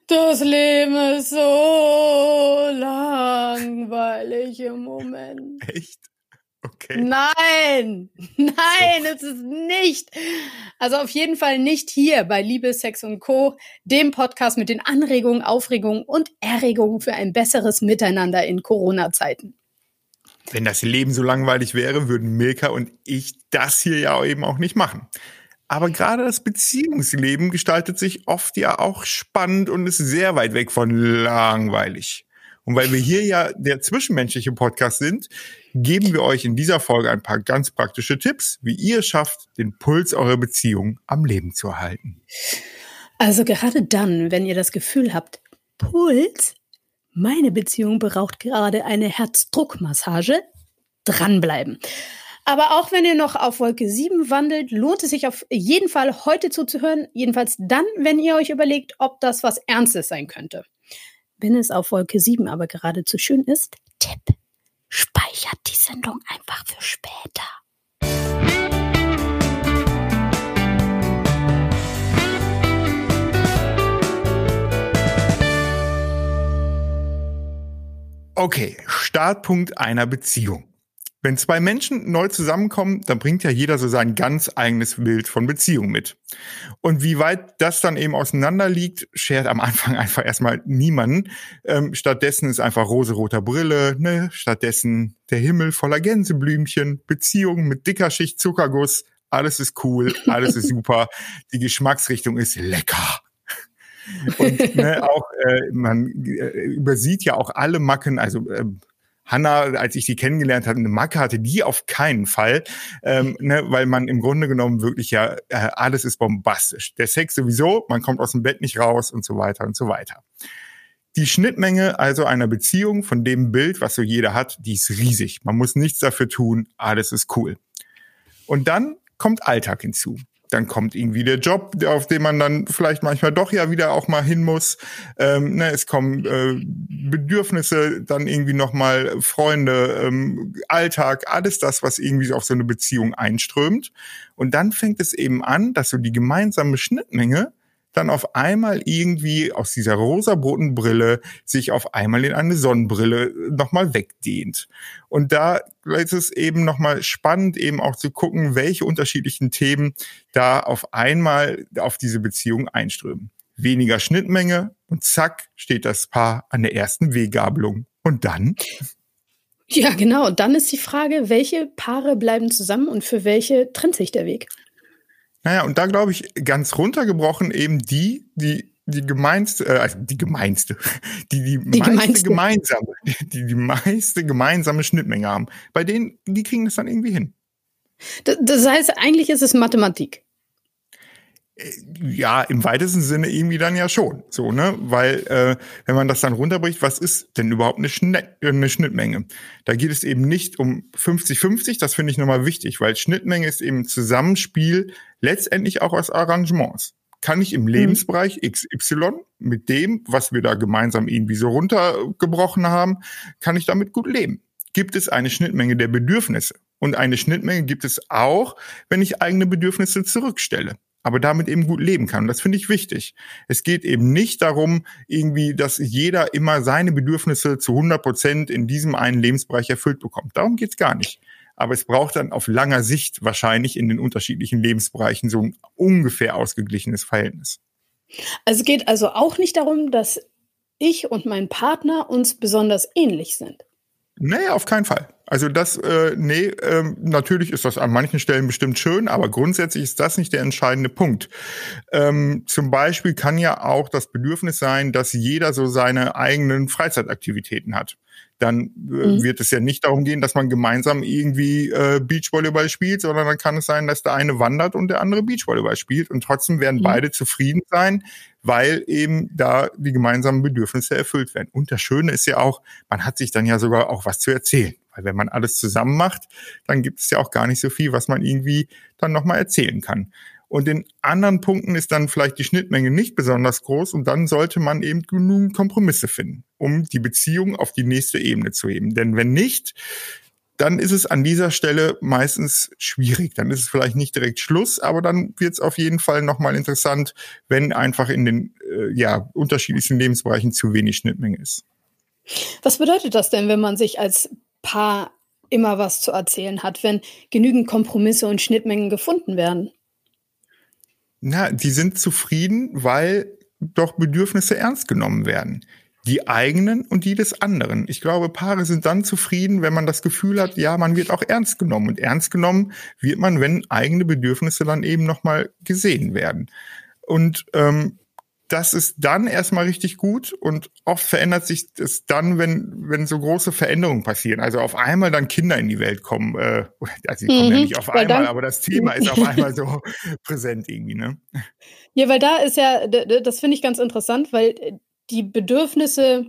Das Leben ist so langweilig im Moment. Echt? Okay. Nein, es ist nicht. Also auf jeden Fall nicht hier bei Liebe, Sex und Co., dem Podcast mit den Anregungen, Aufregungen und Erregungen für ein besseres Miteinander in Corona-Zeiten. Wenn das Leben so langweilig wäre, würden Milka und ich das hier ja eben auch nicht machen. Aber gerade das Beziehungsleben gestaltet sich oft ja auch spannend und ist sehr weit weg von langweilig. Und weil wir hier ja der zwischenmenschliche Podcast sind, geben wir euch in dieser Folge ein paar ganz praktische Tipps, wie ihr es schafft, den Puls eurer Beziehung am Leben zu erhalten. Also gerade dann, wenn ihr das Gefühl habt, Puls, meine Beziehung braucht gerade eine Herzdruckmassage, dranbleiben. Aber auch wenn ihr noch auf Wolke 7 wandelt, lohnt es sich auf jeden Fall heute zuzuhören. Jedenfalls dann, wenn ihr euch überlegt, ob das was Ernstes sein könnte. Wenn es auf Wolke 7 aber gerade zu schön ist, Tipp, speichert die Sendung einfach für später. Okay, Startpunkt einer Beziehung. Wenn zwei Menschen neu zusammenkommen, dann bringt ja jeder so sein ganz eigenes Bild von Beziehung mit. Und wie weit das dann eben auseinander liegt, schert am Anfang einfach erstmal niemanden. Stattdessen ist einfach rosaroter Brille, ne? Stattdessen der Himmel voller Gänseblümchen, Beziehungen mit dicker Schicht Zuckerguss. Alles ist cool, alles ist super. Die Geschmacksrichtung ist lecker. Und man übersieht ja auch alle Macken, also Hannah, als ich die kennengelernt hatte, eine Macke hatte die auf keinen Fall, weil man im Grunde genommen wirklich alles ist bombastisch. Der Sex sowieso, man kommt aus dem Bett nicht raus und so weiter und so weiter. Die Schnittmenge also einer Beziehung von dem Bild, was so jeder hat, die ist riesig. Man muss nichts dafür tun, alles ist cool. Und dann kommt Alltag hinzu. Dann kommt irgendwie der Job, auf den man dann vielleicht manchmal doch ja wieder auch mal hin muss. Es kommen Bedürfnisse, dann irgendwie nochmal Freunde, Alltag, alles das, was irgendwie auf so eine Beziehung einströmt. Und dann fängt es eben an, dass so die gemeinsame Schnittmenge dann auf einmal irgendwie aus dieser rosaroten Brille sich auf einmal in eine Sonnenbrille nochmal wegdehnt. Und da ist es eben nochmal spannend, eben auch zu gucken, welche unterschiedlichen Themen da auf einmal auf diese Beziehung einströmen. Weniger Schnittmenge und zack, steht das Paar an der ersten Weggabelung. Und dann? Ja, genau. Dann ist die Frage, welche Paare bleiben zusammen und für welche trennt sich der Weg? Naja, und da glaube ich, ganz runtergebrochen eben die meiste gemeinsame Schnittmenge haben. Bei denen, die kriegen das dann irgendwie hin. Das heißt, eigentlich ist es Mathematik. Ja, im weitesten Sinne irgendwie dann ja schon. So, ne? Weil, wenn man das dann runterbricht, was ist denn überhaupt eine Schnittmenge? Da geht es eben nicht um 50-50, das finde ich nochmal wichtig, weil Schnittmenge ist eben Zusammenspiel letztendlich auch aus Arrangements. Kann ich im Lebensbereich XY mit dem, was wir da gemeinsam irgendwie so runtergebrochen haben, kann ich damit gut leben? Gibt es eine Schnittmenge der Bedürfnisse? Und eine Schnittmenge gibt es auch, wenn ich eigene Bedürfnisse zurückstelle, aber damit eben gut leben kann. Und das finde ich wichtig. Es geht eben nicht darum, irgendwie, dass jeder immer seine Bedürfnisse zu 100% in diesem einen Lebensbereich erfüllt bekommt. Darum geht's gar nicht. Aber es braucht dann auf langer Sicht wahrscheinlich in den unterschiedlichen Lebensbereichen so ein ungefähr ausgeglichenes Verhältnis. Also es geht also auch nicht darum, dass ich und mein Partner uns besonders ähnlich sind. Nee, auf keinen Fall. Also das, natürlich ist das an manchen Stellen bestimmt schön, aber grundsätzlich ist das nicht der entscheidende Punkt. Zum Beispiel kann ja auch das Bedürfnis sein, dass jeder so seine eigenen Freizeitaktivitäten hat. Dann wird es ja nicht darum gehen, dass man gemeinsam irgendwie Beachvolleyball spielt, sondern dann kann es sein, dass der eine wandert und der andere Beachvolleyball spielt und trotzdem werden beide zufrieden sein, weil eben da die gemeinsamen Bedürfnisse erfüllt werden. Und das Schöne ist ja auch, man hat sich dann ja sogar auch was zu erzählen. Weil wenn man alles zusammen macht, dann gibt es ja auch gar nicht so viel, was man irgendwie dann nochmal erzählen kann. Und in anderen Punkten ist dann vielleicht die Schnittmenge nicht besonders groß und dann sollte man eben genügend Kompromisse finden, um die Beziehung auf die nächste Ebene zu heben. Denn wenn nicht, dann ist es an dieser Stelle meistens schwierig. Dann ist es vielleicht nicht direkt Schluss, aber dann wird es auf jeden Fall nochmal interessant, wenn einfach in den unterschiedlichsten Lebensbereichen zu wenig Schnittmenge ist. Was bedeutet das denn, wenn man sich als Paar immer was zu erzählen hat, wenn genügend Kompromisse und Schnittmengen gefunden werden? Na, die sind zufrieden, weil doch Bedürfnisse ernst genommen werden. Die eigenen und die des anderen. Ich glaube, Paare sind dann zufrieden, wenn man das Gefühl hat, ja, man wird auch ernst genommen. Und ernst genommen wird man, wenn eigene Bedürfnisse dann eben nochmal gesehen werden. Und das ist dann erstmal richtig gut und oft verändert sich das dann, wenn so große Veränderungen passieren. Also auf einmal dann Kinder in die Welt kommen. Also die kommen ja nicht auf einmal, aber das Thema ist auf einmal so präsent irgendwie, ne? Ja, weil da ist ja, das finde ich ganz interessant, weil die Bedürfnisse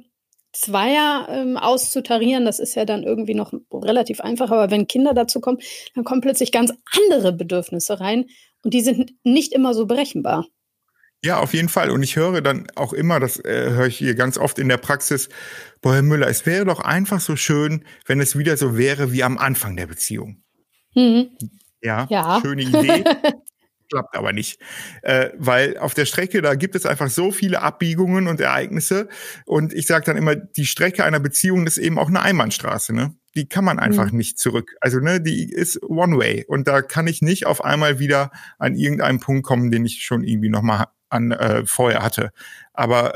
zweier auszutarieren, das ist ja dann irgendwie noch relativ einfach. Aber wenn Kinder dazu kommen, dann kommen plötzlich ganz andere Bedürfnisse rein und die sind nicht immer so berechenbar. Ja, auf jeden Fall. Und ich höre dann auch immer, das höre ich hier ganz oft in der Praxis, boah, Herr Müller, es wäre doch einfach so schön, wenn es wieder so wäre wie am Anfang der Beziehung. Mhm. Ja, schöne Idee. Klappt aber nicht, weil auf der Strecke, da gibt es einfach so viele Abbiegungen und Ereignisse und ich sage dann immer, die Strecke einer Beziehung ist eben auch eine Einbahnstraße, ne? Die kann man einfach nicht zurück. Also ne, die ist one way und da kann ich nicht auf einmal wieder an irgendeinen Punkt kommen, den ich schon irgendwie nochmal vorher hatte. Aber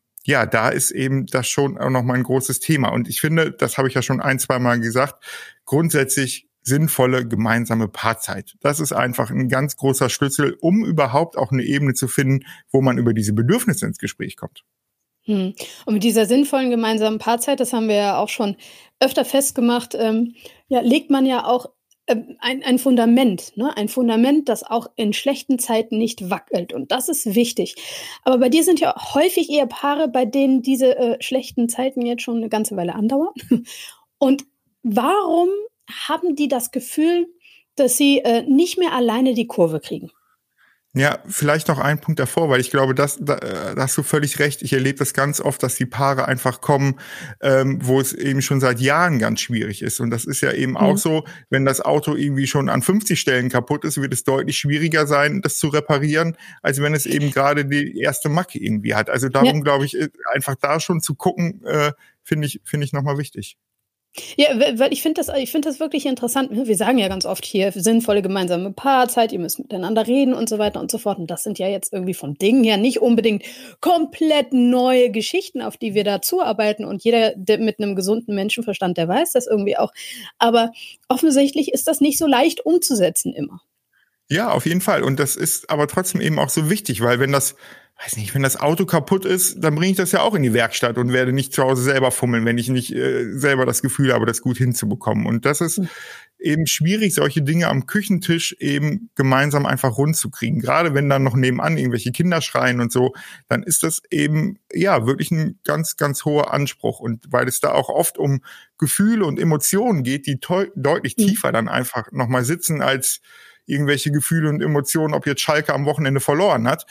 da ist eben das schon auch nochmal ein großes Thema und ich finde, das habe ich ja schon 1-2 Mal gesagt, grundsätzlich sinnvolle gemeinsame Paarzeit. Das ist einfach ein ganz großer Schlüssel, um überhaupt auch eine Ebene zu finden, wo man über diese Bedürfnisse ins Gespräch kommt. Und mit dieser sinnvollen gemeinsamen Paarzeit, das haben wir ja auch schon öfter festgemacht, legt man ja auch ein Fundament, ne? Ein Fundament, das auch in schlechten Zeiten nicht wackelt. Und das ist wichtig. Aber bei dir sind ja häufig eher Paare, bei denen diese schlechten Zeiten jetzt schon eine ganze Weile andauern. Und warum haben die das Gefühl, dass sie nicht mehr alleine die Kurve kriegen? Ja, vielleicht noch ein Punkt davor, weil ich glaube, da hast du völlig recht. Ich erlebe das ganz oft, dass die Paare einfach kommen, wo es eben schon seit Jahren ganz schwierig ist. Und das ist ja eben auch so, wenn das Auto irgendwie schon an 50 Stellen kaputt ist, wird es deutlich schwieriger sein, das zu reparieren, als wenn es eben gerade die erste Macke irgendwie hat. Also darum glaube ich, einfach da schon zu gucken, finde ich nochmal wichtig. Ja, weil ich finde das wirklich interessant. Wir sagen ja ganz oft hier, sinnvolle gemeinsame Paarzeit, ihr müsst miteinander reden und so weiter und so fort. Und das sind ja jetzt irgendwie vom Ding her nicht unbedingt komplett neue Geschichten, auf die wir da zuarbeiten. Und jeder der mit einem gesunden Menschenverstand, der weiß das irgendwie auch. Aber offensichtlich ist das nicht so leicht umzusetzen immer. Ja, auf jeden Fall. Und das ist aber trotzdem eben auch so wichtig, weil wenn das Auto kaputt ist, dann bringe ich das ja auch in die Werkstatt und werde nicht zu Hause selber fummeln, wenn ich nicht selber das Gefühl habe, das gut hinzubekommen. Und das ist eben schwierig, solche Dinge am Küchentisch eben gemeinsam einfach rund zu kriegen. Gerade wenn dann noch nebenan irgendwelche Kinder schreien und so, dann ist das eben, wirklich ein ganz, ganz hoher Anspruch. Und weil es da auch oft um Gefühle und Emotionen geht, die deutlich tiefer dann einfach nochmal sitzen als irgendwelche Gefühle und Emotionen, ob jetzt Schalke am Wochenende verloren hat,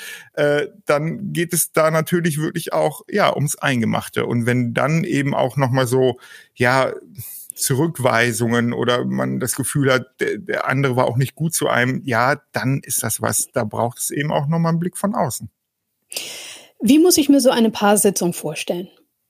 dann geht es da natürlich wirklich auch ums Eingemachte. Und wenn dann eben auch nochmal so Zurückweisungen oder man das Gefühl hat, der andere war auch nicht gut zu einem, dann ist das was, da braucht es eben auch nochmal einen Blick von außen. Wie muss ich mir so eine Paarsitzung vorstellen?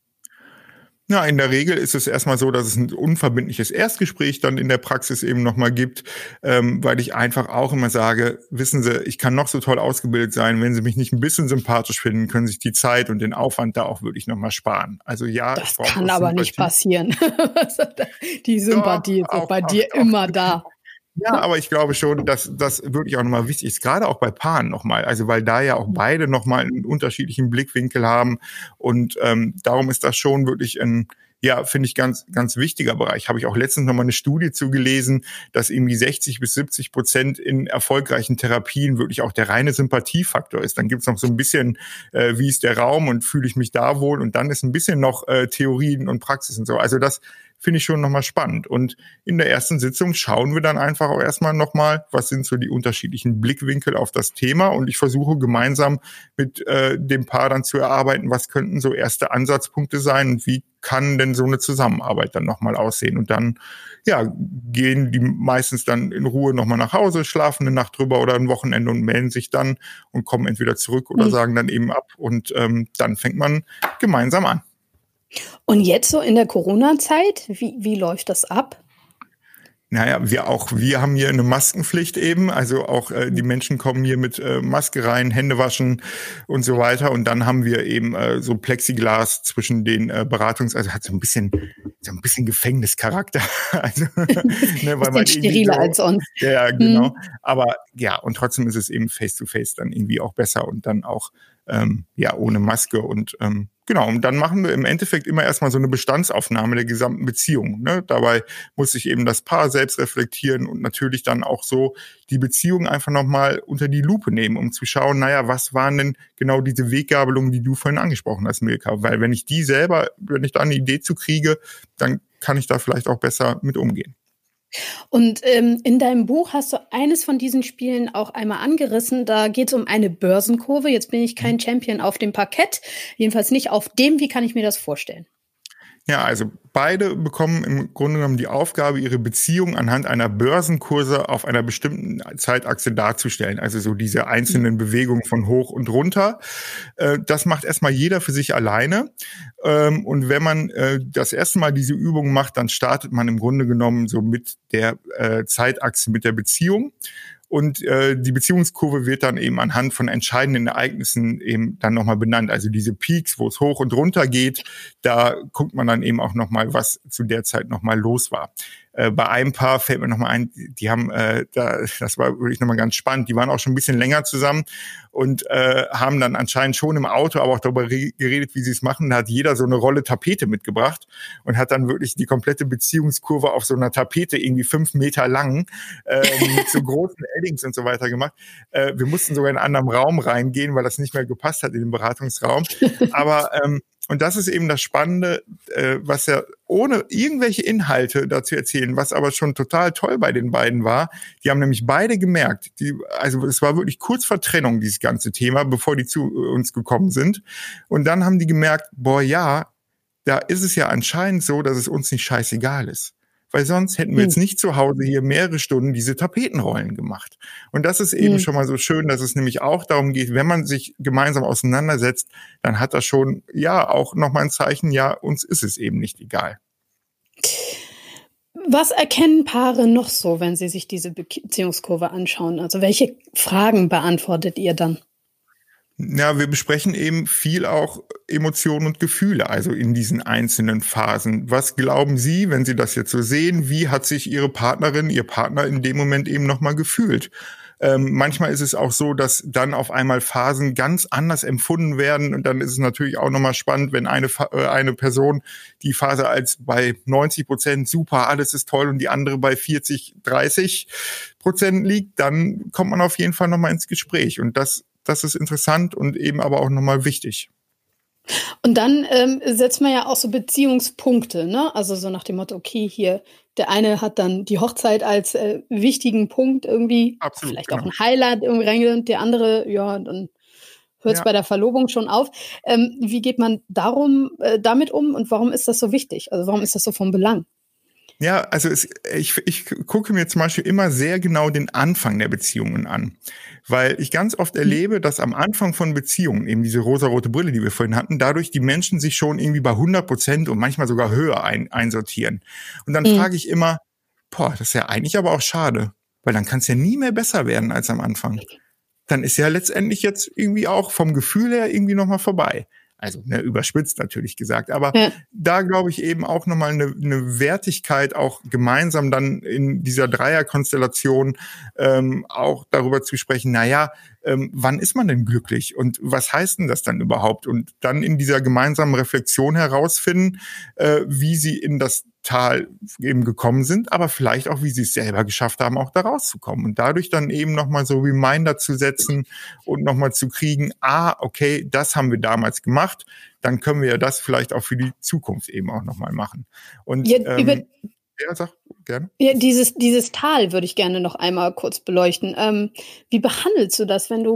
Ja, in der Regel ist es erstmal so, dass es ein unverbindliches Erstgespräch dann in der Praxis eben nochmal gibt, weil ich einfach auch immer sage, wissen Sie, ich kann noch so toll ausgebildet sein, wenn Sie mich nicht ein bisschen sympathisch finden, können sich die Zeit und den Aufwand da auch wirklich nochmal sparen. Also das kann aber nicht passieren. Die Sympathie ist auch bei dir immer da. Ja, aber ich glaube schon, dass das wirklich auch nochmal wichtig ist, gerade auch bei Paaren nochmal, also weil da ja auch beide nochmal einen unterschiedlichen Blickwinkel haben und darum ist das schon wirklich ein, finde ich, ganz, ganz wichtiger Bereich. Habe ich auch letztens nochmal eine Studie zugelesen, dass irgendwie 60-70% in erfolgreichen Therapien wirklich auch der reine Sympathiefaktor ist. Dann gibt's noch so ein bisschen, wie ist der Raum und fühle ich mich da wohl und dann ist ein bisschen noch Theorien und Praxis und so. Also das finde ich schon nochmal spannend. Und in der ersten Sitzung schauen wir dann einfach auch erstmal nochmal, was sind so die unterschiedlichen Blickwinkel auf das Thema, und ich versuche gemeinsam mit dem Paar dann zu erarbeiten, was könnten so erste Ansatzpunkte sein und wie kann denn so eine Zusammenarbeit dann nochmal aussehen. Und dann, ja, gehen die meistens dann in Ruhe nochmal nach Hause, schlafen eine Nacht drüber oder ein Wochenende und melden sich dann und kommen entweder zurück oder sagen dann eben ab. Und dann fängt man gemeinsam an. Und jetzt so in der Corona-Zeit, wie läuft das ab? Naja, wir haben hier eine Maskenpflicht eben, also auch die Menschen kommen hier mit Maske rein, Hände waschen und so weiter, und dann haben wir eben so Plexiglas zwischen den also hat so ein bisschen Gefängnischarakter, also ne, weil man steriler so, als sonst. Ja, genau. Aber ja, und trotzdem ist es eben face to face dann irgendwie auch besser und dann auch ohne Maske und genau, und dann machen wir im Endeffekt immer erstmal so eine Bestandsaufnahme der gesamten Beziehung. Ne? Dabei muss sich eben das Paar selbst reflektieren und natürlich dann auch so die Beziehung einfach nochmal unter die Lupe nehmen, um zu schauen, naja, was waren denn genau diese Weggabelungen, die du vorhin angesprochen hast, Milka? Weil wenn ich da eine Idee zu kriege, dann kann ich da vielleicht auch besser mit umgehen. Und in deinem Buch hast du eines von diesen Spielen auch einmal angerissen. Da geht es um eine Börsenkurve. Jetzt bin ich kein Champion auf dem Parkett, jedenfalls nicht auf dem. Wie kann ich mir das vorstellen? Ja, also beide bekommen im Grunde genommen die Aufgabe, ihre Beziehung anhand einer Börsenkurse auf einer bestimmten Zeitachse darzustellen. Also so diese einzelnen Bewegungen von hoch und runter. Das macht erstmal jeder für sich alleine. Und wenn man das erste Mal diese Übung macht, dann startet man im Grunde genommen so mit der Zeitachse, mit der Beziehung. Und die Beziehungskurve wird dann eben anhand von entscheidenden Ereignissen eben dann nochmal benannt. Also diese Peaks, wo es hoch und runter geht, da guckt man dann eben auch nochmal, was zu der Zeit nochmal los war. Bei einem Paar fällt mir nochmal ein, die haben, das war wirklich nochmal ganz spannend, die waren auch schon ein bisschen länger zusammen und haben dann anscheinend schon im Auto aber auch darüber geredet, wie sie es machen. Da hat jeder so eine Rolle Tapete mitgebracht und hat dann wirklich die komplette Beziehungskurve auf so einer Tapete, irgendwie 5 Meter lang, mit so großen Eddings und so weiter gemacht. Wir mussten sogar in einen anderen Raum reingehen, weil das nicht mehr gepasst hat in den Beratungsraum. Aber und das ist eben das Spannende, was ja ohne irgendwelche Inhalte dazu erzählen, was aber schon total toll bei den beiden war. Die haben nämlich beide gemerkt, also es war wirklich kurz vor Trennung, dieses ganze Thema, bevor die zu uns gekommen sind. Und dann haben die gemerkt, boah, ja, da ist es ja anscheinend so, dass es uns nicht scheißegal ist. Weil sonst hätten wir jetzt nicht zu Hause hier mehrere Stunden diese Tapetenrollen gemacht. Und das ist eben schon mal so schön, dass es nämlich auch darum geht, wenn man sich gemeinsam auseinandersetzt, dann hat das schon, ja, auch nochmal ein Zeichen, ja, uns ist es eben nicht egal. Was erkennen Paare noch so, wenn sie sich diese Beziehungskurve anschauen? Also welche Fragen beantwortet ihr dann? Ja, wir besprechen eben viel auch Emotionen und Gefühle, also in diesen einzelnen Phasen. Was glauben Sie, wenn Sie das jetzt so sehen? Wie hat sich Ihre Partnerin, Ihr Partner in dem Moment eben nochmal gefühlt? Manchmal ist es auch so, dass dann auf einmal Phasen ganz anders empfunden werden. Und dann ist es natürlich auch nochmal spannend, wenn eine Person die Phase als bei 90% super, alles ist toll und die andere bei 40-30% liegt, dann kommt man auf jeden Fall nochmal ins Gespräch. Und das ist interessant und eben aber auch nochmal wichtig. Und dann setzt man ja auch so Beziehungspunkte, ne? Also so nach dem Motto, okay, hier, der eine hat dann die Hochzeit als wichtigen Punkt irgendwie, absolut, vielleicht genau. auch ein Highlight irgendwie reingegangen, der andere, ja, dann hört es bei der Verlobung schon auf. Wie geht man damit um und warum ist das so wichtig? Also warum ist das so von Belang? Ja, also ich gucke mir zum Beispiel immer sehr genau den Anfang der Beziehungen an, weil ich ganz oft erlebe, dass am Anfang von Beziehungen, eben diese rosarote Brille, die wir vorhin hatten, dadurch die Menschen sich schon irgendwie bei 100% und manchmal sogar höher einsortieren. Und dann frage ich immer, das ist ja eigentlich aber auch schade, weil dann kann es ja nie mehr besser werden als am Anfang. Dann ist ja letztendlich jetzt irgendwie auch vom Gefühl her irgendwie nochmal vorbei. Also überspitzt natürlich gesagt, aber da glaube ich eben auch nochmal eine Wertigkeit, auch gemeinsam dann in dieser Dreierkonstellation auch darüber zu sprechen, wann ist man denn glücklich und was heißt denn das dann überhaupt? Und dann in dieser gemeinsamen Reflexion herausfinden, wie sie in das Tal eben gekommen sind, aber vielleicht auch, wie sie es selber geschafft haben, auch da rauszukommen. Und dadurch dann eben nochmal so Reminder zu setzen und nochmal zu kriegen, okay, das haben wir damals gemacht, dann können wir ja das vielleicht auch für die Zukunft eben auch nochmal machen. Und ja, sag gerne. Ja, dieses Tal würde ich gerne noch einmal kurz beleuchten. Wie behandelst du das, wenn du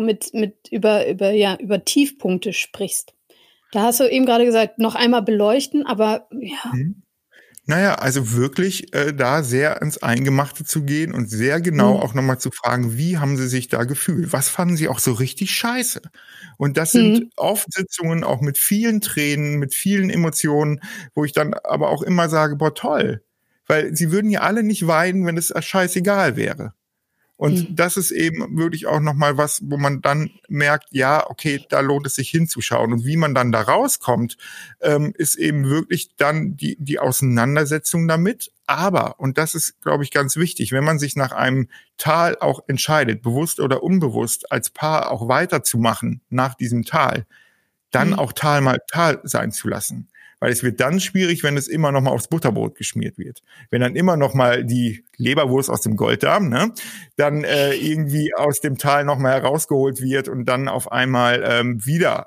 über Tiefpunkte sprichst? Da hast du eben gerade gesagt, noch einmal beleuchten, aber ja. Naja, also wirklich da sehr ins Eingemachte zu gehen und sehr genau auch nochmal zu fragen, wie haben sie sich da gefühlt? Was fanden sie auch so richtig scheiße? Und das sind oft Sitzungen auch mit vielen Tränen, mit vielen Emotionen, wo ich dann aber auch immer sage, boah, toll. Weil sie würden ja alle nicht weinen, wenn es scheißegal wäre. Und das ist eben wirklich auch nochmal was, wo man dann merkt, ja, okay, da lohnt es sich hinzuschauen. Und wie man dann da rauskommt, ist eben wirklich dann die Auseinandersetzung damit. Aber, und das ist, glaube ich, ganz wichtig, wenn man sich nach einem Tal auch entscheidet, bewusst oder unbewusst, als Paar auch weiterzumachen nach diesem Tal, dann auch Tal mal Tal sein zu lassen. Weil es wird dann schwierig, wenn es immer noch mal aufs Butterbrot geschmiert wird. Wenn dann immer noch mal die Leberwurst aus dem Golddarm, ne, dann irgendwie aus dem Tal noch mal herausgeholt wird und dann auf einmal wieder.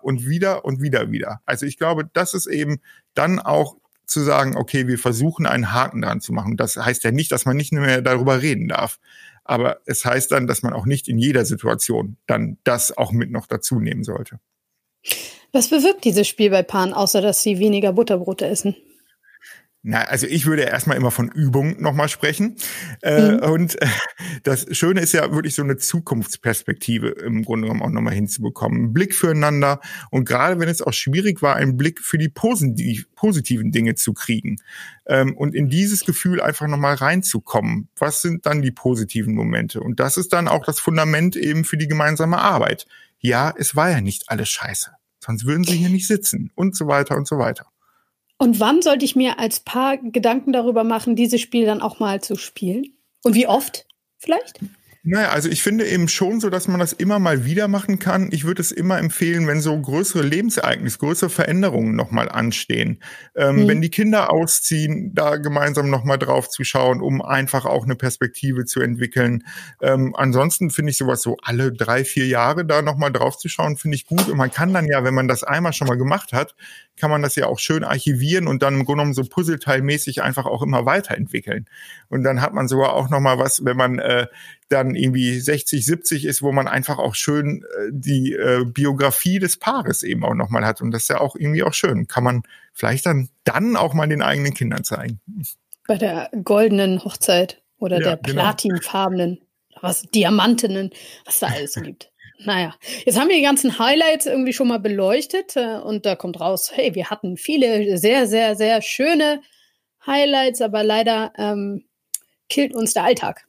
Also ich glaube, das ist eben dann auch zu sagen, okay, wir versuchen einen Haken dran zu machen. Das heißt ja nicht, dass man nicht mehr darüber reden darf. Aber es heißt dann, dass man auch nicht in jeder Situation dann das auch mit noch dazu nehmen sollte. Was bewirkt dieses Spiel bei Paaren, außer dass sie weniger Butterbrote essen? Na, also ich würde erstmal immer von Übung nochmal sprechen. Und das Schöne ist ja wirklich so eine Zukunftsperspektive im Grunde genommen auch nochmal hinzubekommen. Ein Blick füreinander und gerade wenn es auch schwierig war, einen Blick für die positiven Dinge zu kriegen. Und in dieses Gefühl einfach nochmal reinzukommen. Was sind dann die positiven Momente? Und das ist dann auch das Fundament eben für die gemeinsame Arbeit. Ja, es war ja nicht alles scheiße. Sonst würden sie hier nicht sitzen und so weiter und so weiter. Und wann sollte ich mir als Paar Gedanken darüber machen, dieses Spiel dann auch mal zu spielen? Und wie oft vielleicht? Naja, also ich finde eben schon so, dass man das immer mal wieder machen kann. Ich würde es immer empfehlen, wenn so größere Lebensereignisse, größere Veränderungen nochmal anstehen. Wenn die Kinder ausziehen, da gemeinsam nochmal drauf zu schauen, um einfach auch eine Perspektive zu entwickeln. Ansonsten finde ich sowas so alle 3-4 Jahre da nochmal drauf zu schauen, finde ich gut. Und man kann dann ja, wenn man das einmal schon mal gemacht hat, kann man das ja auch schön archivieren und dann im Grunde genommen so puzzleteilmäßig einfach auch immer weiterentwickeln. Und dann hat man sogar auch nochmal was, wenn man dann irgendwie 60, 70 ist, wo man einfach auch schön die Biografie des Paares eben auch nochmal hat. Und das ist ja auch irgendwie auch schön. Kann man vielleicht dann auch mal den eigenen Kindern zeigen. Bei der goldenen Hochzeit oder der platinfarbenen, diamantenen, was da alles gibt. Naja, jetzt haben wir die ganzen Highlights irgendwie schon mal beleuchtet und da kommt raus, hey, wir hatten viele sehr, sehr, sehr schöne Highlights, aber leider killt uns der Alltag.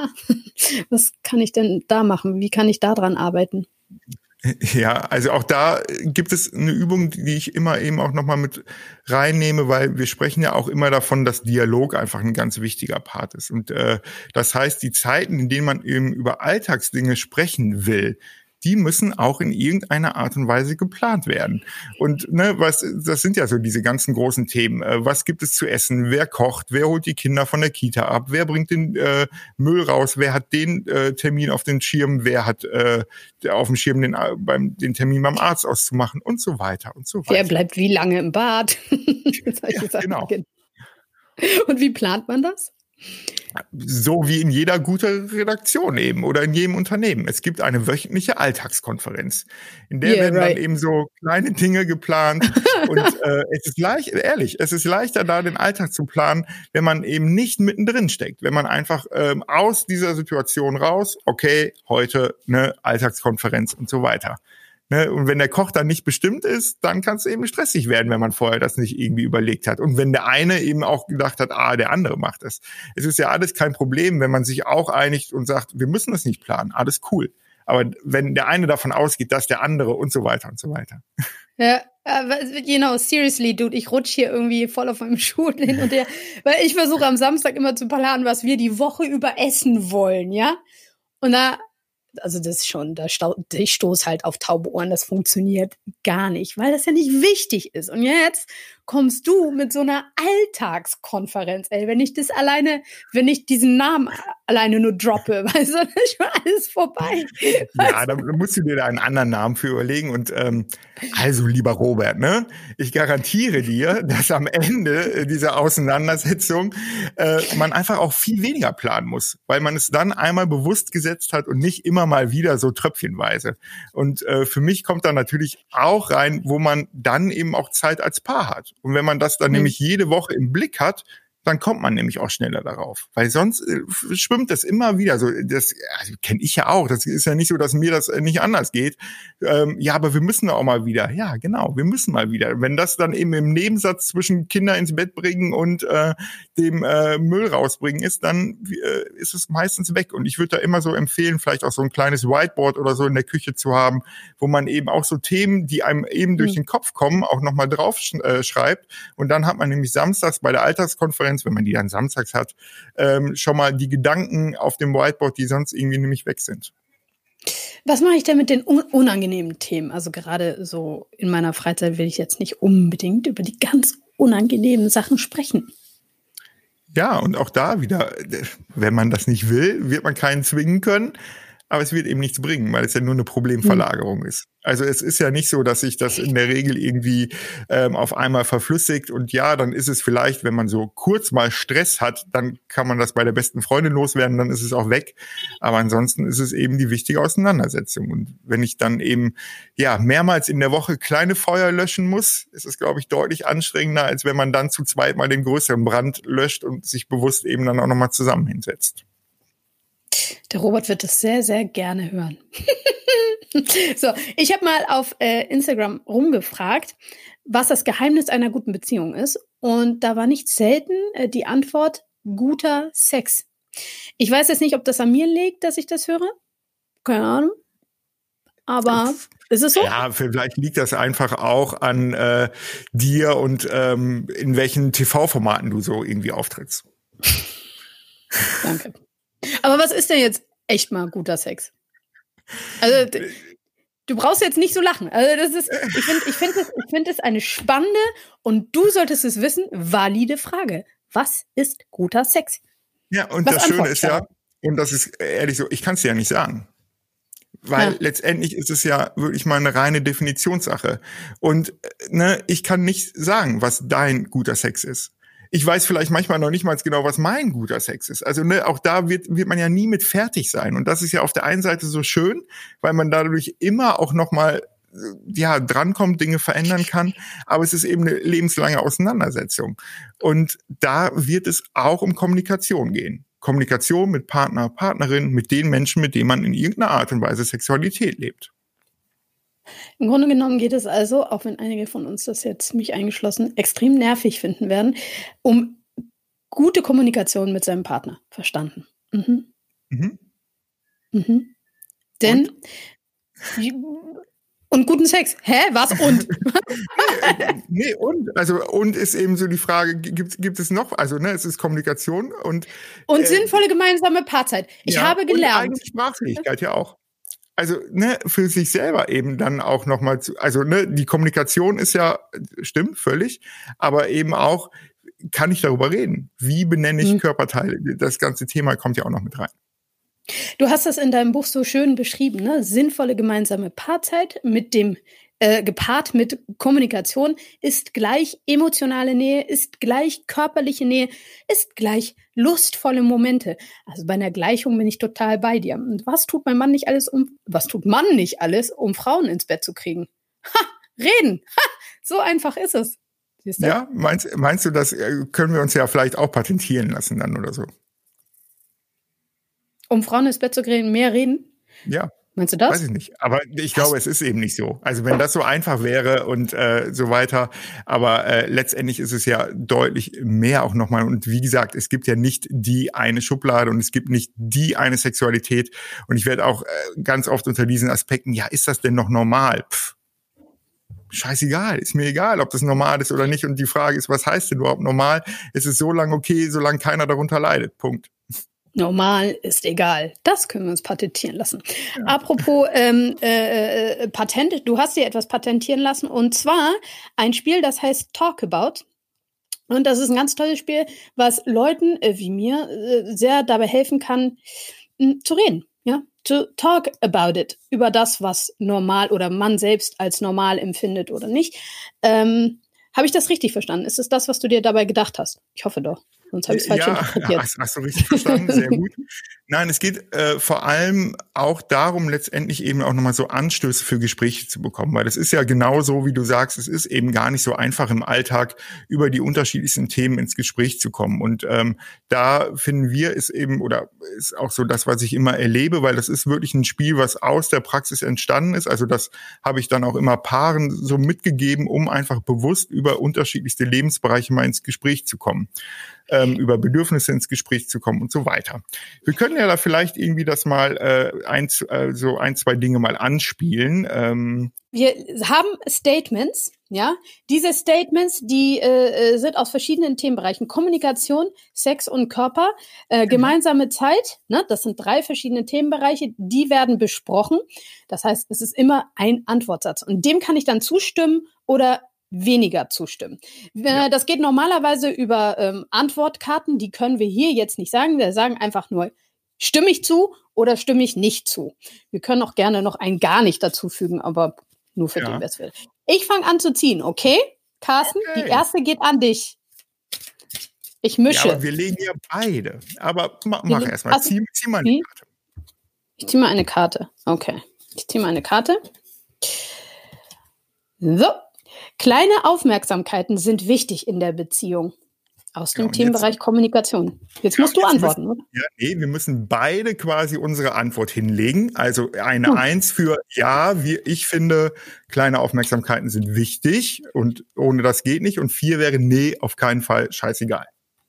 Was kann ich denn da machen? Wie kann ich da dran arbeiten? Ja, also auch da gibt es eine Übung, die ich immer eben auch nochmal mit reinnehme, weil wir sprechen ja auch immer davon, dass Dialog einfach ein ganz wichtiger Part ist. Und das heißt, die Zeiten, in denen man eben über Alltagsdinge sprechen will, die müssen auch in irgendeiner Art und Weise geplant werden. Und das sind ja so diese ganzen großen Themen. Was gibt es zu essen? Wer kocht? Wer holt die Kinder von der Kita ab? Wer bringt den Müll raus? Wer hat den Termin auf den Schirm? Wer hat auf dem Schirm den Termin beim Arzt auszumachen? Und so weiter und so weiter. Wer bleibt wie lange im Bad? Ja, genau. Und wie plant man das? So wie in jeder guten Redaktion eben oder in jedem Unternehmen. Es gibt eine wöchentliche Alltagskonferenz, in der werden dann eben so kleine Dinge geplant. Und es ist leichter, da den Alltag zu planen, wenn man eben nicht mittendrin steckt. Wenn man einfach aus dieser Situation raus, okay, heute eine Alltagskonferenz und so weiter. Und wenn der Koch dann nicht bestimmt ist, dann kann es eben stressig werden, wenn man vorher das nicht irgendwie überlegt hat. Und wenn der eine eben auch gedacht hat, der andere macht es. Es ist ja alles kein Problem, wenn man sich auch einigt und sagt, wir müssen das nicht planen, alles cool. Aber wenn der eine davon ausgeht, dass der andere und so weiter und so weiter. Ja, seriously, dude, ich rutsche hier irgendwie voll auf meinem Schuh hin und her. Weil ich versuche am Samstag immer zu planen, was wir die Woche über essen wollen, ja? Und da also das ist schon, ich stoße halt auf taube Ohren, das funktioniert gar nicht, weil das ja nicht wichtig ist. Und jetzt kommst du mit so einer Alltagskonferenz, ey, wenn ich diesen Namen alleine nur droppe, weißt du, dann ist schon alles vorbei. Ja, dann musst du dir da einen anderen Namen für überlegen. Und also, lieber Robert, ne, ich garantiere dir, dass am Ende dieser Auseinandersetzung man einfach auch viel weniger planen muss, weil man es dann einmal bewusst gesetzt hat und nicht immer mal wieder so tröpfchenweise. Und für mich kommt da natürlich auch rein, wo man dann eben auch Zeit als Paar hat. Und wenn man das dann nämlich jede Woche im Blick hat, dann kommt man nämlich auch schneller darauf. Weil sonst schwimmt das immer wieder. So, das kenne ich ja auch. Das ist ja nicht so, dass mir das nicht anders geht. Ja, aber wir müssen auch mal wieder. Ja, genau, wir müssen mal wieder. Wenn das dann eben im Nebensatz zwischen Kinder ins Bett bringen und dem Müll rausbringen ist, dann ist es meistens weg. Und ich würde da immer so empfehlen, vielleicht auch so ein kleines Whiteboard oder so in der Küche zu haben, wo man eben auch so Themen, die einem eben durch den Kopf kommen, auch nochmal drauf schreibt. Und dann hat man nämlich samstags bei der Alltagskonferenz, wenn man die dann samstags hat, schon mal die Gedanken auf dem Whiteboard, die sonst irgendwie nämlich weg sind. Was mache ich denn mit den unangenehmen Themen? Also gerade so in meiner Freizeit will ich jetzt nicht unbedingt über die ganz unangenehmen Sachen sprechen. Ja, und auch da wieder, wenn man das nicht will, wird man keinen zwingen können. Aber es wird eben nichts bringen, weil es ja nur eine Problemverlagerung ist. Also es ist ja nicht so, dass sich das in der Regel irgendwie auf einmal verflüssigt. Und ja, dann ist es vielleicht, wenn man so kurz mal Stress hat, dann kann man das bei der besten Freundin loswerden, dann ist es auch weg. Aber ansonsten ist es eben die wichtige Auseinandersetzung. Und wenn ich dann eben mehrmals in der Woche kleine Feuer löschen muss, ist es, glaube ich, deutlich anstrengender, als wenn man dann zu zweit mal den größeren Brand löscht und sich bewusst eben dann auch nochmal zusammen hinsetzt. Der Robert wird das sehr, sehr gerne hören. So, ich habe mal auf Instagram rumgefragt, was das Geheimnis einer guten Beziehung ist. Und da war nicht selten die Antwort guter Sex. Ich weiß jetzt nicht, ob das an mir liegt, dass ich das höre. Keine Ahnung. Aber ist es so? Ja, vielleicht liegt das einfach auch an dir und in welchen TV-Formaten du so irgendwie auftrittst. Danke. Aber was ist denn jetzt echt mal guter Sex? Also du brauchst jetzt nicht so lachen. Also das ist, ich finde es eine spannende und du solltest es wissen, valide Frage. Was ist guter Sex? Ja, und das Schöne ist ja, und das ist ehrlich so, ich kann es dir ja nicht sagen. Weil letztendlich ist es ja wirklich mal eine reine Definitionssache. Und ich kann nicht sagen, was dein guter Sex ist. Ich weiß vielleicht manchmal noch nicht mal genau, was mein guter Sex ist. Also auch da wird man ja nie mit fertig sein. Und das ist ja auf der einen Seite so schön, weil man dadurch immer auch noch mal drankommt, Dinge verändern kann. Aber es ist eben eine lebenslange Auseinandersetzung. Und da wird es auch um Kommunikation gehen. Kommunikation mit Partner, Partnerin, mit den Menschen, mit denen man in irgendeiner Art und Weise Sexualität lebt. Im Grunde genommen geht es also, auch wenn einige von uns das jetzt, mich eingeschlossen, extrem nervig finden werden, um gute Kommunikation mit seinem Partner. Verstanden. Mhm. Mhm. Mhm. Denn und guten Sex. Hä? Was und? Nee, und. Also, und ist eben so die Frage, gibt es noch, also, es ist Kommunikation und sinnvolle gemeinsame Paarzeit. Ich habe gelernt. Und eigene Sprachfähigkeit ja auch. Also, für sich selber eben dann auch nochmal die Kommunikation ist ja, stimmt, völlig, aber eben auch, kann ich darüber reden? Wie benenne ich Körperteile? Das ganze Thema kommt ja auch noch mit rein. Du hast das in deinem Buch so schön beschrieben, ne? Sinnvolle gemeinsame Paarzeit mit dem gepaart mit Kommunikation ist gleich emotionale Nähe, ist gleich körperliche Nähe, ist gleich lustvolle Momente. Also bei einer Gleichung bin ich total bei dir. Und was tut man nicht alles, um Frauen ins Bett zu kriegen? Reden! So einfach ist es. Siehst du? Ja, meinst du, das können wir uns ja vielleicht auch patentieren lassen dann oder so? Um Frauen ins Bett zu kriegen, mehr reden? Ja. Meinst du das? Weiß ich nicht. Aber ich glaube, es ist eben nicht so. Also wenn das so einfach wäre und so weiter. Aber letztendlich ist es ja deutlich mehr auch nochmal. Und wie gesagt, es gibt ja nicht die eine Schublade und es gibt nicht die eine Sexualität. Und ich werde auch ganz oft unter diesen Aspekten, ist das denn noch normal? Scheißegal, ist mir egal, ob das normal ist oder nicht. Und die Frage ist, was heißt denn überhaupt normal? Es ist so lange okay, solange keiner darunter leidet. Punkt. Normal ist egal. Das können wir uns patentieren lassen. Ja. Apropos Patent, du hast dir etwas patentieren lassen und zwar ein Spiel, das heißt Talk About. Und das ist ein ganz tolles Spiel, was Leuten wie mir sehr dabei helfen kann, zu reden. Ja, to talk about it. Über das, was normal oder man selbst als normal empfindet oder nicht. Habe ich das richtig verstanden? Ist es das, was du dir dabei gedacht hast? Ich hoffe doch. Sonst habe ich es falsch interpretiert. Hast du richtig verstanden, sehr gut. Nein, es geht vor allem auch darum, letztendlich eben auch nochmal so Anstöße für Gespräche zu bekommen, weil das ist ja genau so, wie du sagst, es ist eben gar nicht so einfach im Alltag über die unterschiedlichsten Themen ins Gespräch zu kommen. Und da finden wir es eben, oder ist auch so das, was ich immer erlebe, weil das ist wirklich ein Spiel, was aus der Praxis entstanden ist. Also das habe ich dann auch immer Paaren so mitgegeben, um einfach bewusst über unterschiedlichste Lebensbereiche mal ins Gespräch zu kommen. Über Bedürfnisse ins Gespräch zu kommen und so weiter. Wir können ja da vielleicht irgendwie das mal ein, zwei Dinge mal anspielen. Wir haben Statements, ja. Diese Statements, die sind aus verschiedenen Themenbereichen. Kommunikation, Sex und Körper, gemeinsame Zeit, ne? Das sind 3 verschiedene Themenbereiche, die werden besprochen. Das heißt, es ist immer ein Antwortsatz. Und dem kann ich dann zustimmen oder weniger zustimmen. Ja. Das geht normalerweise über Antwortkarten, die können wir hier jetzt nicht sagen. Wir sagen einfach nur, stimme ich zu oder stimme ich nicht zu. Wir können auch gerne noch ein gar nicht dazufügen, aber nur für den, wer es will. Ich fange an zu ziehen, okay? Carsten, okay. Die erste geht an dich. Ich mische. Ja, aber wir legen ja beide. Aber mach erstmal. Zieh mal eine Karte. Ich ziehe mal eine Karte. Okay. Ich ziehe mal eine Karte. So. Kleine Aufmerksamkeiten sind wichtig in der Beziehung. Aus dem Themenbereich Kommunikation. Jetzt musst du antworten, oder? Ja, nee, wir müssen beide quasi unsere Antwort hinlegen. Also eine 1 für ja, ich finde, kleine Aufmerksamkeiten sind wichtig und ohne das geht nicht. Und 4 wäre nee, auf keinen Fall, scheißegal.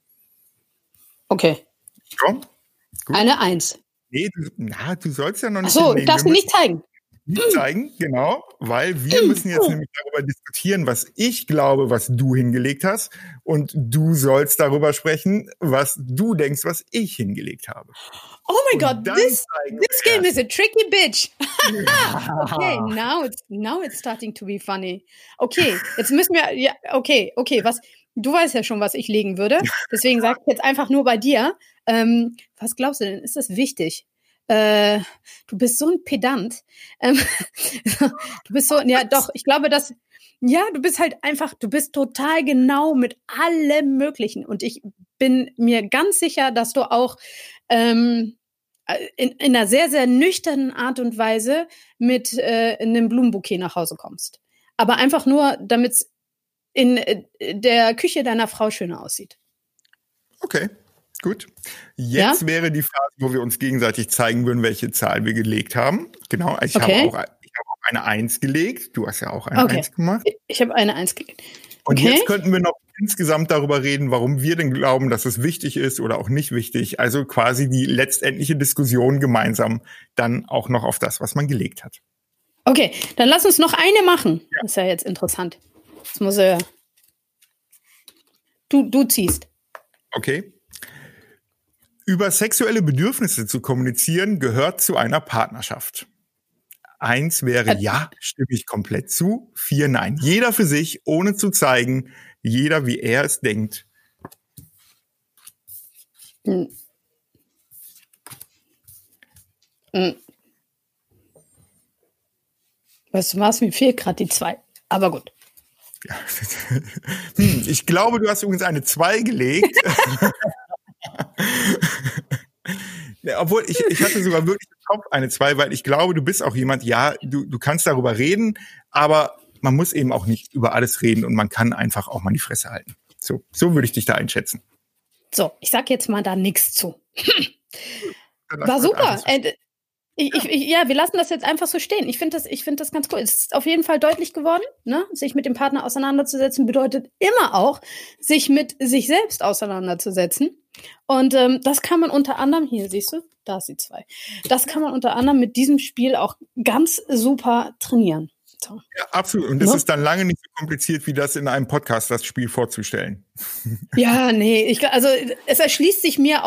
Okay. Ja, gut. Eine 1. Nee, du sollst ja noch nicht. Ach so, darfst du nicht zeigen. Nicht zeigen, genau, weil wir müssen jetzt nämlich darüber diskutieren, was ich glaube, was du hingelegt hast, und du sollst darüber sprechen, was du denkst, was ich hingelegt habe. Oh my God, this game is a tricky bitch. Okay, now it's starting to be funny. Okay, jetzt müssen wir, ja, okay, was, du weißt ja schon, was ich legen würde, deswegen sage ich jetzt einfach nur bei dir, was glaubst du denn, ist das wichtig? Du bist so ein Pedant. Du bist so, ja doch, ich glaube, dass, ja, du bist halt einfach, du bist total genau mit allem Möglichen. Und ich bin mir ganz sicher, dass du auch in einer sehr, sehr nüchternen Art und Weise mit einem Blumenbouquet nach Hause kommst. Aber einfach nur, damit es in der Küche deiner Frau schöner aussieht. Okay. Gut. Jetzt wäre die Phase, wo wir uns gegenseitig zeigen würden, welche Zahl wir gelegt haben. Genau, ich habe auch eine 1 gelegt. Du hast ja auch eine 1 gemacht. Ich habe eine 1 gelegt. Und jetzt könnten wir noch insgesamt darüber reden, warum wir denn glauben, dass es wichtig ist oder auch nicht wichtig. Also quasi die letztendliche Diskussion gemeinsam dann auch noch auf das, was man gelegt hat. Okay, dann lass uns noch eine machen. Ja. Das ist ja jetzt interessant. Das muss du ziehst. Okay. Über sexuelle Bedürfnisse zu kommunizieren, gehört zu einer Partnerschaft. 1 wäre ja, stimme ich komplett zu. 4 nein. Jeder für sich, ohne zu zeigen. Jeder, wie er es denkt. Weißt du was, mir fehlt gerade die 2. Aber gut. Ja. Ich glaube, du hast übrigens eine 2 gelegt. Obwohl, ich hatte sogar wirklich im Kopf eine 2, weil ich glaube, du bist auch jemand, ja, du kannst darüber reden, aber man muss eben auch nicht über alles reden und man kann einfach auch mal die Fresse halten. So würde ich dich da einschätzen. So, ich sag jetzt mal da nichts zu. War super. Wir lassen das jetzt einfach so stehen. Ich finde das ganz cool. Es ist auf jeden Fall deutlich geworden, ne? Sich mit dem Partner auseinanderzusetzen bedeutet immer auch, sich mit sich selbst auseinanderzusetzen. Und das kann man unter anderem, hier siehst du, da ist die 2. Das kann man unter anderem mit diesem Spiel auch ganz super trainieren. So. Ja, absolut. Und es ist dann lange nicht so kompliziert, wie das in einem Podcast, das Spiel vorzustellen. Ja, nee. Also es erschließt sich mir auch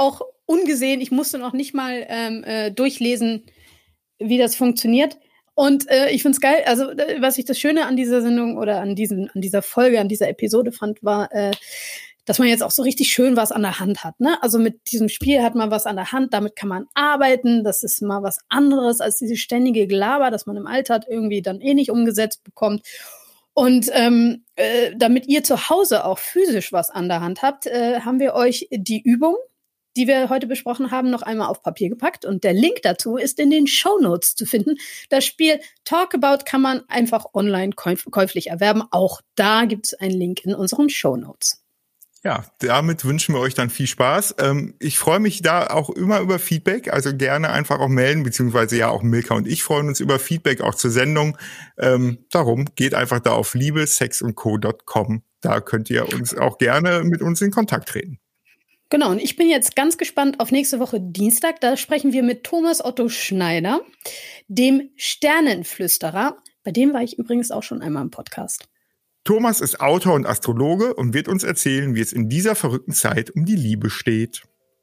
ungesehen. Ich musste noch nicht mal durchlesen, wie das funktioniert. Und ich find's geil. Also was ich das Schöne an dieser Sendung oder an dieser Folge, an dieser Episode fand, war, dass man jetzt auch so richtig schön was an der Hand hat. Ne? Also mit diesem Spiel hat man was an der Hand, damit kann man arbeiten. Das ist mal was anderes als diese ständige Gelaber, das man im Alltag irgendwie dann nicht umgesetzt bekommt. Und damit ihr zu Hause auch physisch was an der Hand habt, haben wir euch die Übung, die wir heute besprochen haben, noch einmal auf Papier gepackt. Und der Link dazu ist in den Shownotes zu finden. Das Spiel Talkabout kann man einfach online käuflich erwerben. Auch da gibt es einen Link in unseren Shownotes. Ja, damit wünschen wir euch dann viel Spaß. Ich freue mich da auch immer über Feedback, also gerne einfach auch melden, beziehungsweise ja auch Milka und ich freuen uns über Feedback auch zur Sendung. Darum geht einfach da auf liebesexundco.com. Da könnt ihr uns auch gerne mit uns in Kontakt treten. Genau, und ich bin jetzt ganz gespannt auf nächste Woche Dienstag. Da sprechen wir mit Thomas Otto Schneider, dem Sternenflüsterer. Bei dem war ich übrigens auch schon einmal im Podcast. Thomas ist Autor und Astrologe und wird uns erzählen, wie es in dieser verrückten Zeit um die Liebe steht.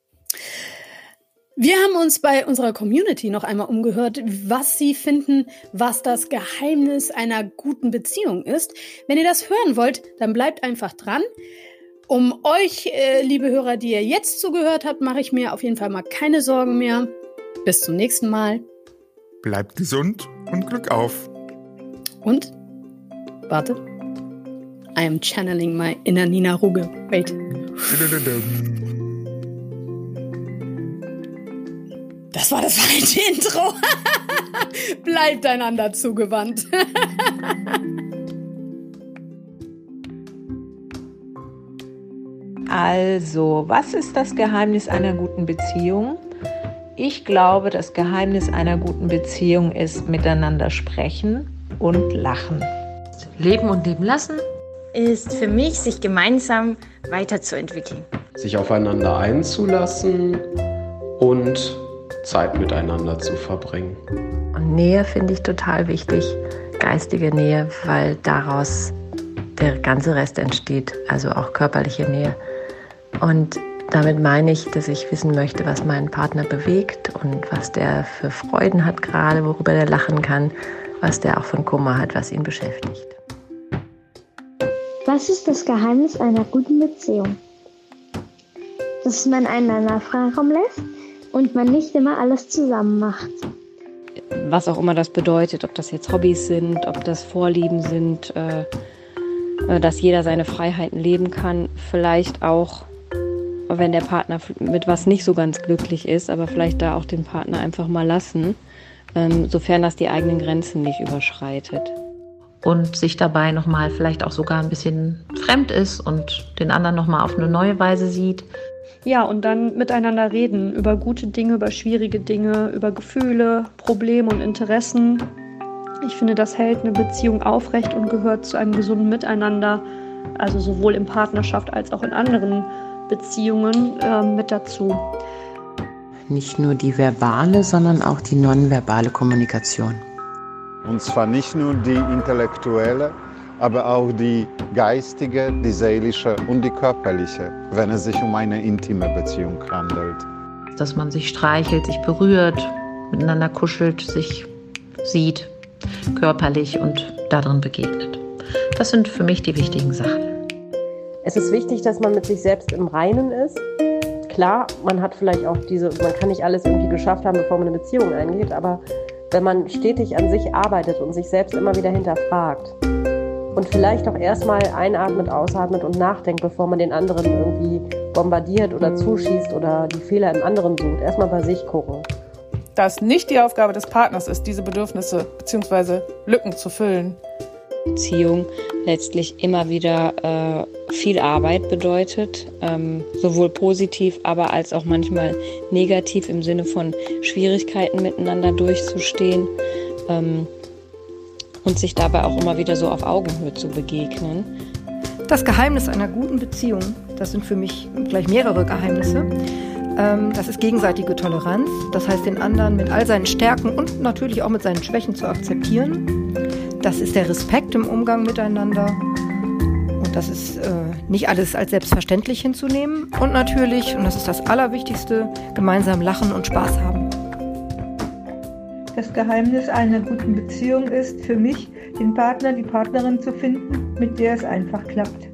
Wir haben uns bei unserer Community noch einmal umgehört, was sie finden, was das Geheimnis einer guten Beziehung ist. Wenn ihr das hören wollt, dann bleibt einfach dran. Um euch, liebe Hörer, die ihr jetzt zugehört habt, mache ich mir auf jeden Fall mal keine Sorgen mehr. Bis zum nächsten Mal. Bleibt gesund und Glück auf. Und, warte, I am channeling my inner Nina Ruge. Wait. Das war das falsche Intro. Bleibt einander zugewandt. Also, was ist das Geheimnis einer guten Beziehung? Ich glaube, das Geheimnis einer guten Beziehung ist miteinander sprechen und lachen. Leben und leben lassen ist für mich, sich gemeinsam weiterzuentwickeln. Sich aufeinander einzulassen und Zeit miteinander zu verbringen. Und Nähe finde ich total wichtig, geistige Nähe, weil daraus der ganze Rest entsteht, also auch körperliche Nähe. Und damit meine ich, dass ich wissen möchte, was meinen Partner bewegt und was der für Freuden hat gerade, worüber der lachen kann, was der auch von Kummer hat, was ihn beschäftigt. Was ist das Geheimnis einer guten Beziehung? Dass man einander Freiraum lässt und man nicht immer alles zusammen macht. Was auch immer das bedeutet, ob das jetzt Hobbys sind, ob das Vorlieben sind, dass jeder seine Freiheiten leben kann, vielleicht auch, wenn der Partner mit was nicht so ganz glücklich ist, aber vielleicht da auch den Partner einfach mal lassen, sofern das die eigenen Grenzen nicht überschreitet. Und sich dabei nochmal vielleicht auch sogar ein bisschen fremd ist und den anderen nochmal auf eine neue Weise sieht. Ja, und dann miteinander reden über gute Dinge, über schwierige Dinge, über Gefühle, Probleme und Interessen. Ich finde, das hält eine Beziehung aufrecht und gehört zu einem gesunden Miteinander, also sowohl in Partnerschaft als auch in anderen Beziehungen mit dazu. Nicht nur die verbale, sondern auch die nonverbale Kommunikation. Und zwar nicht nur die intellektuelle, aber auch die geistige, die seelische und die körperliche, wenn es sich um eine intime Beziehung handelt. Dass man sich streichelt, sich berührt, miteinander kuschelt, sich sieht, körperlich und darin begegnet. Das sind für mich die wichtigen Sachen. Es ist wichtig, dass man mit sich selbst im Reinen ist. Klar, man hat vielleicht auch man kann nicht alles irgendwie geschafft haben, bevor man eine Beziehung eingeht, aber wenn man stetig an sich arbeitet und sich selbst immer wieder hinterfragt und vielleicht auch erstmal einatmet, ausatmet und nachdenkt, bevor man den anderen irgendwie bombardiert oder zuschießt oder die Fehler im anderen sucht, erstmal bei sich gucken. Dass nicht die Aufgabe des Partners ist, diese Bedürfnisse bzw. Lücken zu füllen. Beziehung letztlich immer wieder viel Arbeit bedeutet, sowohl positiv, aber als auch manchmal negativ im Sinne von Schwierigkeiten miteinander durchzustehen und sich dabei auch immer wieder so auf Augenhöhe zu begegnen. Das Geheimnis einer guten Beziehung, das sind für mich gleich mehrere Geheimnisse. Das ist gegenseitige Toleranz, das heißt den anderen mit all seinen Stärken und natürlich auch mit seinen Schwächen zu akzeptieren. Das ist der Respekt im Umgang miteinander. Und Das ist nicht alles als selbstverständlich hinzunehmen. Und natürlich, und das ist das Allerwichtigste, gemeinsam lachen und Spaß haben. Das Geheimnis einer guten Beziehung ist für mich, den Partner, die Partnerin zu finden, mit der es einfach klappt.